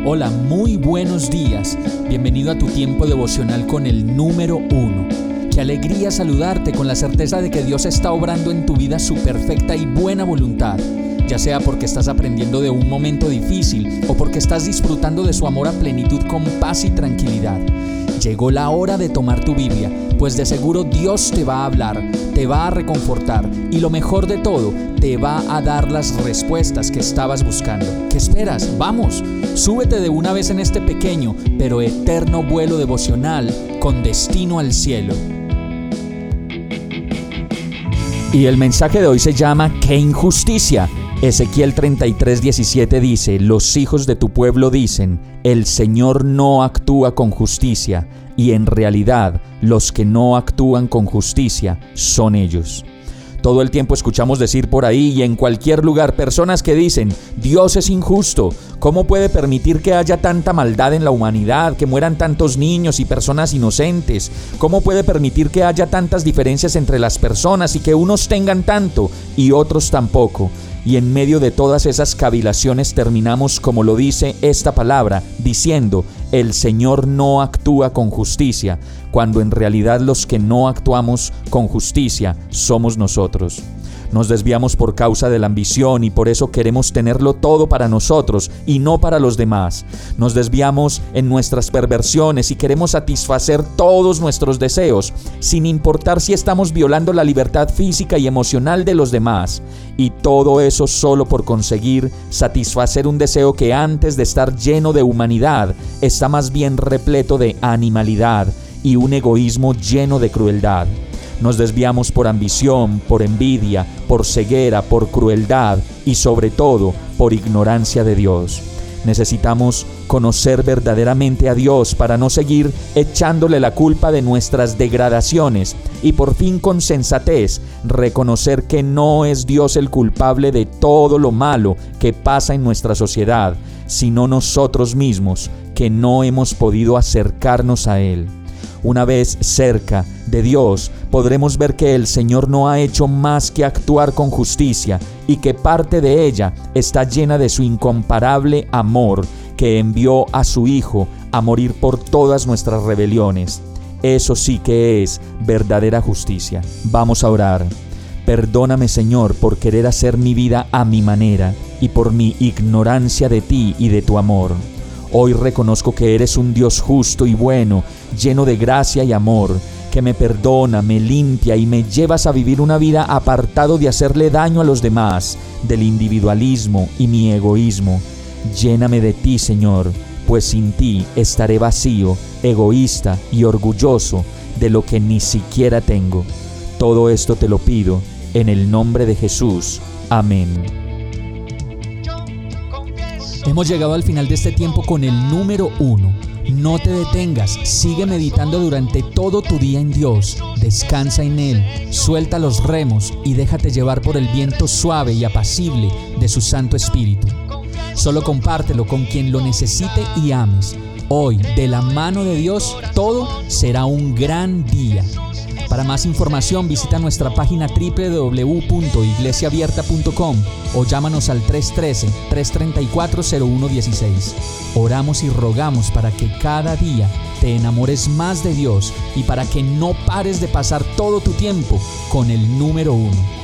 Hola, muy buenos días. Bienvenido a tu tiempo devocional con el número 1. Qué alegría saludarte con la certeza de que Dios está obrando en tu vida su perfecta y buena voluntad, ya sea porque estás aprendiendo de un momento difícil o porque estás disfrutando de su amor a plenitud con paz y tranquilidad. Llegó la hora de tomar tu Biblia, pues de seguro Dios te va a hablar, te va a reconfortar y lo mejor de todo, te va a dar las respuestas que estabas buscando. ¿Qué esperas? ¡Vamos! Súbete de una vez en este pequeño pero eterno vuelo devocional con destino al cielo. Y el mensaje de hoy se llama ¿Qué injusticia? Ezequiel 33:17 dice: Los hijos de tu pueblo dicen, el Señor no actúa con justicia, y en realidad los que no actúan con justicia son ellos. Todo el tiempo escuchamos decir por ahí y en cualquier lugar personas que dicen, Dios es injusto, ¿cómo puede permitir que haya tanta maldad en la humanidad, que mueran tantos niños y personas inocentes? ¿Cómo puede permitir que haya tantas diferencias entre las personas y que unos tengan tanto y otros tampoco? Y en medio de todas esas cavilaciones terminamos como lo dice esta palabra, diciendo, el Señor no actúa con justicia, cuando en realidad los que no actuamos con justicia somos nosotros. Nos desviamos por causa de la ambición y por eso queremos tenerlo todo para nosotros y no para los demás. Nos desviamos en nuestras perversiones y queremos satisfacer todos nuestros deseos, sin importar si estamos violando la libertad física y emocional de los demás. Y todo eso solo por conseguir satisfacer un deseo que antes de estar lleno de humanidad, está más bien repleto de animalidad y un egoísmo lleno de crueldad. Nos desviamos por ambición, por envidia, por ceguera, por crueldad y sobre todo por ignorancia de Dios. Necesitamos conocer verdaderamente a Dios para no seguir echándole la culpa de nuestras degradaciones y por fin con sensatez reconocer que no es Dios el culpable de todo lo malo que pasa en nuestra sociedad, sino nosotros mismos que no hemos podido acercarnos a Él. Una vez cerca de Dios, podremos ver que el Señor no ha hecho más que actuar con justicia y que parte de ella está llena de su incomparable amor, que envió a su Hijo a morir por todas nuestras rebeliones. Eso sí que es verdadera justicia. Vamos a orar. Perdóname, Señor, por querer hacer mi vida a mi manera y por mi ignorancia de ti y de tu amor. Hoy reconozco que eres un Dios justo y bueno, lleno de gracia y amor, que me perdona, me limpia y me llevas a vivir una vida apartado de hacerle daño a los demás, del individualismo y mi egoísmo. Lléname de ti, Señor, pues sin ti estaré vacío, egoísta y orgulloso de lo que ni siquiera tengo. Todo esto te lo pido en el nombre de Jesús. Amén. Hemos llegado al final de este tiempo con el número 1. No te detengas, sigue meditando durante todo tu día en Dios. Descansa en Él, suelta los remos y déjate llevar por el viento suave y apacible de su Santo Espíritu. Solo compártelo con quien lo necesite y ames. Hoy, de la mano de Dios, todo será un gran día. Para más información visita nuestra página www.iglesiaabierta.com o llámanos al 313-334-0116. Oramos y rogamos para que cada día te enamores más de Dios y para que no pares de pasar todo tu tiempo con el número 1.